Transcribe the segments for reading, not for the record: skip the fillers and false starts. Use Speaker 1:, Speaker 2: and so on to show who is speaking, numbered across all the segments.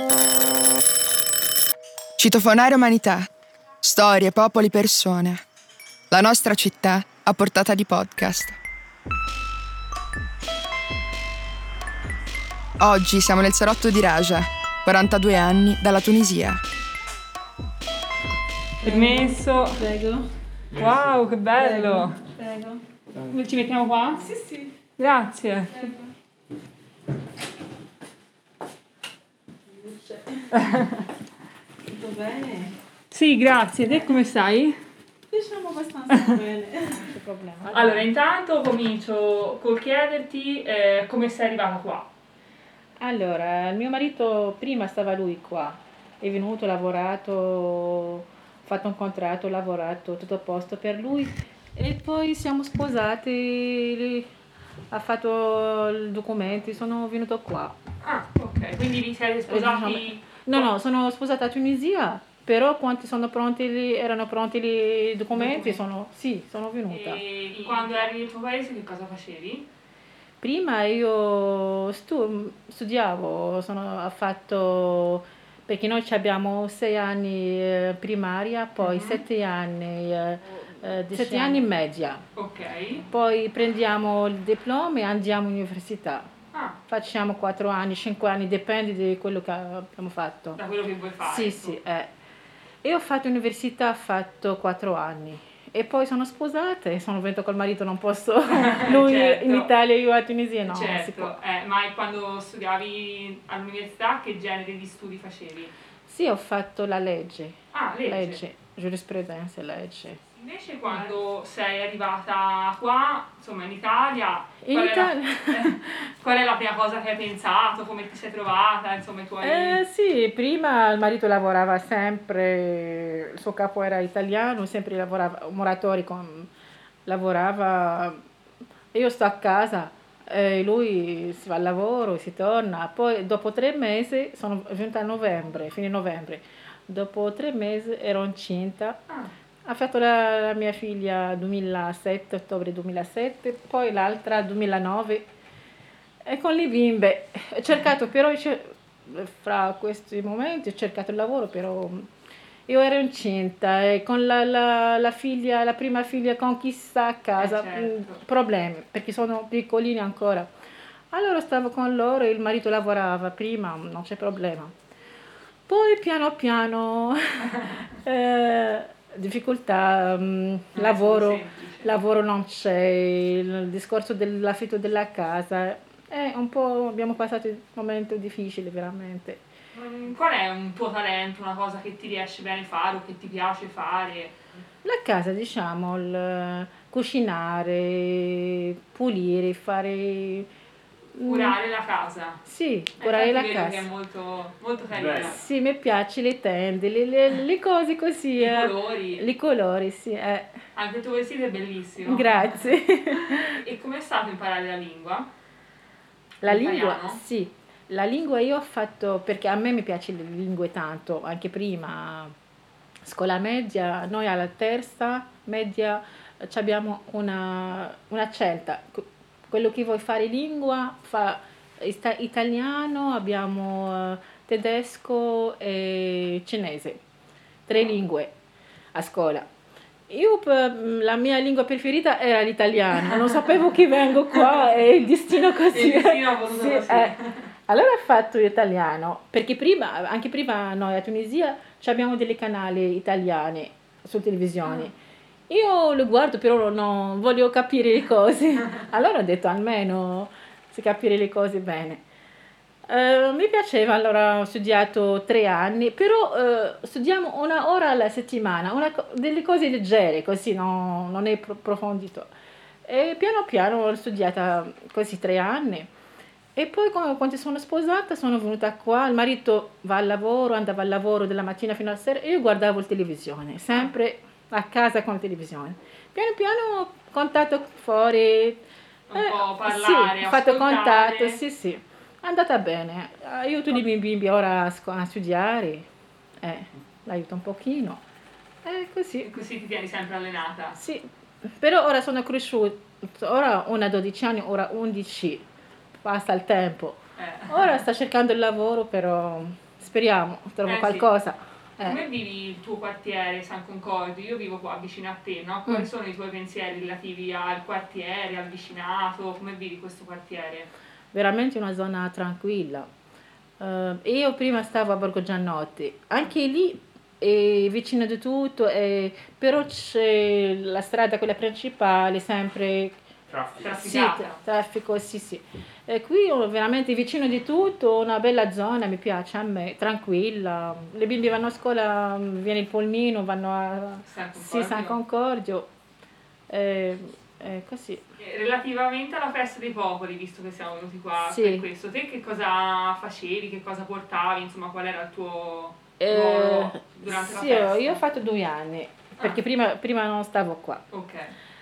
Speaker 1: Citofonare umanità. Storie, popoli, persone. La nostra città a portata di podcast. Oggi siamo nel salotto di Raja, 42 anni dalla Tunisia.
Speaker 2: Permesso.
Speaker 3: Prego.
Speaker 2: Wow, che bello.
Speaker 3: Prego.
Speaker 2: Ci mettiamo qua?
Speaker 3: Sì.
Speaker 2: Grazie.
Speaker 3: Tutto bene?
Speaker 2: Sì, grazie. Te come stai?
Speaker 3: Diciamo abbastanza bene. Non c'è problema.
Speaker 2: Allora, intanto comincio col chiederti come sei arrivata qua.
Speaker 3: Allora, il mio marito prima stava lui qua. È venuto, lavorato, fatto un contratto, lavorato, tutto a posto per lui. E poi siamo sposati, ha fatto i documenti, sono venuto qua.
Speaker 2: Ah, ok. Quindi vi siete sposati?
Speaker 3: No, sono sposata a Tunisia, però quando erano pronti i documenti, sono venuta.
Speaker 2: E quando eri nel tuo paese che cosa facevi?
Speaker 3: Prima io studiavo, ho fatto, perché noi abbiamo 6 anni primaria, poi 7 anni, 7 anni media,
Speaker 2: Ok.
Speaker 3: poi prendiamo il diploma e andiamo all'università.
Speaker 2: Ah,
Speaker 3: Facciamo 4 anni, 5 anni, dipende di quello che abbiamo fatto.
Speaker 2: da quello che vuoi fare.
Speaker 3: Sì,
Speaker 2: tu.
Speaker 3: sì. Io ho fatto università, ho fatto 4 anni e poi sono sposata e sono venuta col marito, non posso, lui
Speaker 2: Certo.
Speaker 3: in Italia e io a Tunisia, no, non si può.
Speaker 2: Certo, ma quando studiavi all'università che genere di studi facevi?
Speaker 3: Sì, ho fatto la legge,
Speaker 2: Ah, legge.
Speaker 3: giurisprudenza, legge.
Speaker 2: Invece quando sei arrivata qua, insomma in Italia,
Speaker 3: In
Speaker 2: qual
Speaker 3: Italia?
Speaker 2: qual è la prima cosa che hai pensato, come ti sei trovata, insomma i tuoi...
Speaker 3: Sì, prima il marito lavorava sempre, il suo capo era italiano, sempre lavorava, lavorava, io sto a casa, lui si va al lavoro, si torna, poi dopo 3 mesi, sono venuta a novembre, fine novembre, dopo 3 mesi ero incinta,
Speaker 2: Ah,
Speaker 3: ha fatto la mia figlia 2007, ottobre 2007, poi l'altra 2009 e con le bimbe ho cercato però fra questi momenti ho cercato il lavoro però io ero incinta e con la figlia, la prima figlia con chi sta a casa,
Speaker 2: certo.
Speaker 3: problemi perché sono piccolini ancora. Allora stavo con loro e il marito lavorava prima, non c'è problema. Poi piano piano difficoltà,
Speaker 2: Non è stato
Speaker 3: lavoro,
Speaker 2: semplice.
Speaker 3: lavoro non c'è, il discorso dell'affitto della casa, è un po', abbiamo passato un momento difficile veramente.
Speaker 2: Qual è un tuo talento, una cosa che ti riesce bene fare o che ti piace fare?
Speaker 3: La casa, diciamo, cucinare, pulire, fare...
Speaker 2: Curare la casa.
Speaker 3: Sì, curare
Speaker 2: Infatti
Speaker 3: la
Speaker 2: vedo che è
Speaker 3: casa.
Speaker 2: molto, molto carina.
Speaker 3: Sì, mi piace le tende, le cose così.
Speaker 2: I colori.
Speaker 3: I colori, sì.
Speaker 2: Anche il tuo vestito è bellissimo.
Speaker 3: Grazie.
Speaker 2: E com'è stato imparare la lingua?
Speaker 3: La
Speaker 2: L'italiano?
Speaker 3: lingua, sì. La lingua io ho fatto, perché a me mi piace le lingue tanto, anche prima, scuola media, noi alla terza media abbiamo una scelta. Quello che vuoi fare lingua, fa italiano, abbiamo tedesco e cinese, 3 lingue a scuola. La mia lingua preferita era l'italiano, non sapevo che vengo qua e il destino così.
Speaker 2: Il destino ha voluto
Speaker 3: Sì,
Speaker 2: così.
Speaker 3: Allora ho fatto l'italiano, perché prima, anche prima noi a Tunisia abbiamo dei canali italiani su televisione. Io lo guardo però non voglio capire le cose, allora ho detto almeno se capire le cose bene. Mi piaceva, allora ho studiato 3 anni, però studiamo 1 ora alla settimana, delle cose leggere, così non è approfondito. E piano piano ho studiata così 3 anni. E poi quando sono sposata sono venuta qua, il marito va al lavoro, andava al lavoro dalla mattina fino alla sera e io guardavo la televisione, sempre a casa con la televisione. Piano piano ho contatto fuori,
Speaker 2: Un po'
Speaker 3: sì,
Speaker 2: parlare,
Speaker 3: ho fatto
Speaker 2: ascoltare.
Speaker 3: contatto, sì, sì, è andata bene. Aiuto i miei bimbi ora a studiare, l'aiuto un pochino,
Speaker 2: E
Speaker 3: così.
Speaker 2: così ti tieni sempre allenata.
Speaker 3: Sì, però ora sono cresciuta, ora ho una 12 anni, ora 11, passa il tempo. Ora sta cercando il lavoro, però speriamo, trovo
Speaker 2: Sì.
Speaker 3: qualcosa.
Speaker 2: Come vivi il tuo quartiere San Concordio? Io vivo qua vicino a te, no? Quali sono i tuoi pensieri relativi al quartiere, al vicinato? Come vivi questo quartiere?
Speaker 3: Veramente una zona tranquilla. Io prima stavo a Borgo Giannotti, anche lì è vicino di tutto, però c'è la strada, quella principale, sempre
Speaker 2: Trafficata.
Speaker 3: traffico, sì. E qui ho veramente vicino di tutto, una bella zona, mi piace a me, tranquilla. Le bimbe vanno a scuola, viene il polmino, vanno a San Concordio. Così.
Speaker 2: Relativamente alla festa dei popoli, visto che siamo venuti qua per questo, te che cosa facevi, che cosa portavi, insomma, qual era il tuo ruolo durante la festa?
Speaker 3: Io ho fatto 2 anni, perché prima non stavo qua.
Speaker 2: Ok.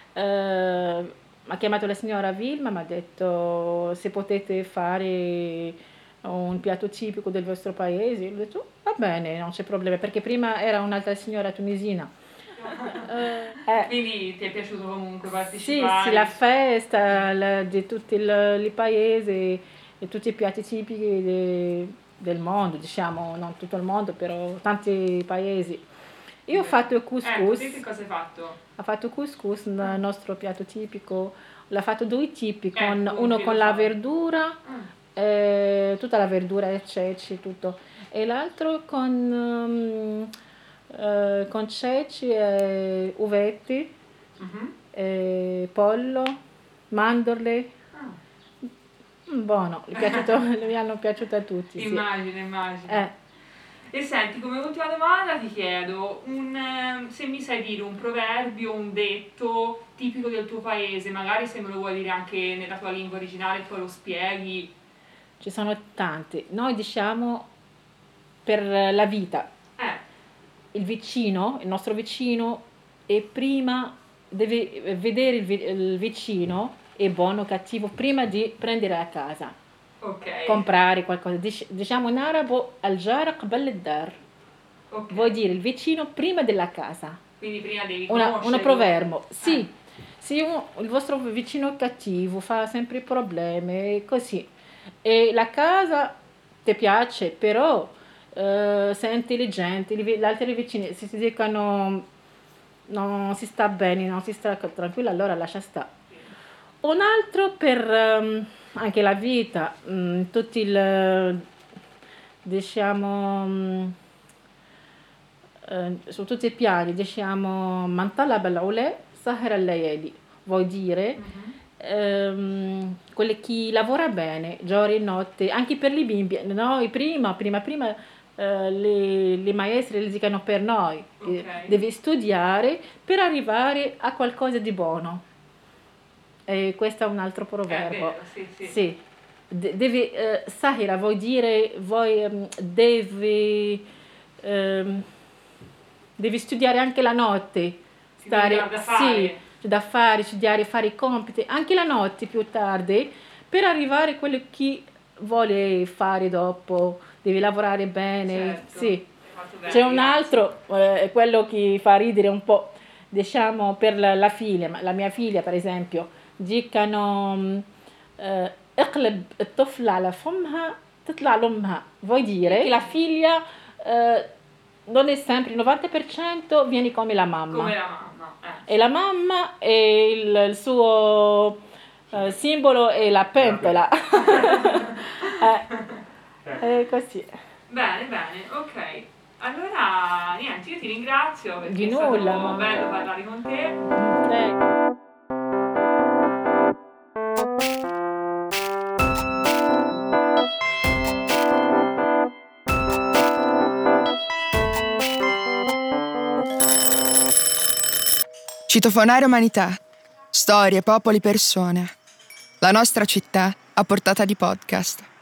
Speaker 3: Mi ha chiamato la signora Vilma, mi ha detto se potete fare un piatto tipico del vostro paese. Io ho detto va bene, non c'è problema, perché prima era un'altra signora tunisina.
Speaker 2: Quindi ti è piaciuto comunque partecipare?
Speaker 3: Sì, la festa di tutti i paesi e tutti i piatti tipici del mondo, diciamo, non tutto il mondo, però tanti paesi. Io ho fatto il couscous.
Speaker 2: Te che cosa hai fatto?
Speaker 3: Ha fatto couscous, il nostro piatto tipico. L'ha fatto 2 tipi,
Speaker 2: Ecco,
Speaker 3: uno
Speaker 2: che
Speaker 3: con
Speaker 2: lo
Speaker 3: la
Speaker 2: fa.
Speaker 3: verdura, tutta la verdura, i ceci, tutto. E l'altro con ceci e uvetti, pollo, mandorle. Buono, mi hanno piaciuto a tutti. Sì.
Speaker 2: Immagino. E senti, come ultima domanda ti chiedo se mi sai dire un proverbio, un detto tipico del tuo paese, magari se me lo vuoi dire anche nella tua lingua originale, poi lo spieghi.
Speaker 3: Ci sono tanti. Noi diciamo per la vita. Il nostro vicino, e prima deve vedere il vicino, è buono o cattivo, prima di prendere a casa.
Speaker 2: Ok.
Speaker 3: Comprare qualcosa. Diciamo in arabo al-jar qabl ad-dar.
Speaker 2: Ok.
Speaker 3: Vuol dire il vicino prima della casa.
Speaker 2: Quindi prima devi conoscerlo.
Speaker 3: Un proverbio. Sì. Se il vostro vicino è cattivo, fa sempre problemi, così. E la casa ti piace, però sei intelligente, gli altri vicini se si dicono non si sta bene, non si sta tranquillo, allora lascia stare. Un altro per anche la vita, tutti diciamo su tutti i piani, diciamo man talaba al-ula sahara al-layali, vuol dire quelli chi lavora bene, giorno e notte, anche per i bimbi. Noi prima le maestre le dicono per noi, devi studiare per arrivare a qualcosa di buono. E questo è un altro proverbio. Sì. Sahira vuol dire devi studiare anche la notte, da fare, studiare, fare i compiti anche la notte più tardi per arrivare a quello che vuole fare dopo, devi lavorare bene.
Speaker 2: Certo.
Speaker 3: Sì. C'è un altro, quello che fa ridere un po', diciamo per la figlia, la mia figlia per esempio, dicono اقلب الطفل على فمها تطلع لأمها, vuol dire che la figlia non è sempre, il 90% viene come la mamma.
Speaker 2: Come la mamma.
Speaker 3: E la mamma è il suo simbolo è la pentola. È così.
Speaker 2: Bene, ok. Allora, niente, io ti ringrazio perché
Speaker 3: Di
Speaker 2: è stato
Speaker 3: nulla,
Speaker 2: bello parlare con te.
Speaker 1: Citofonare umanità. Storie, popoli, persone. La nostra città a portata di podcast.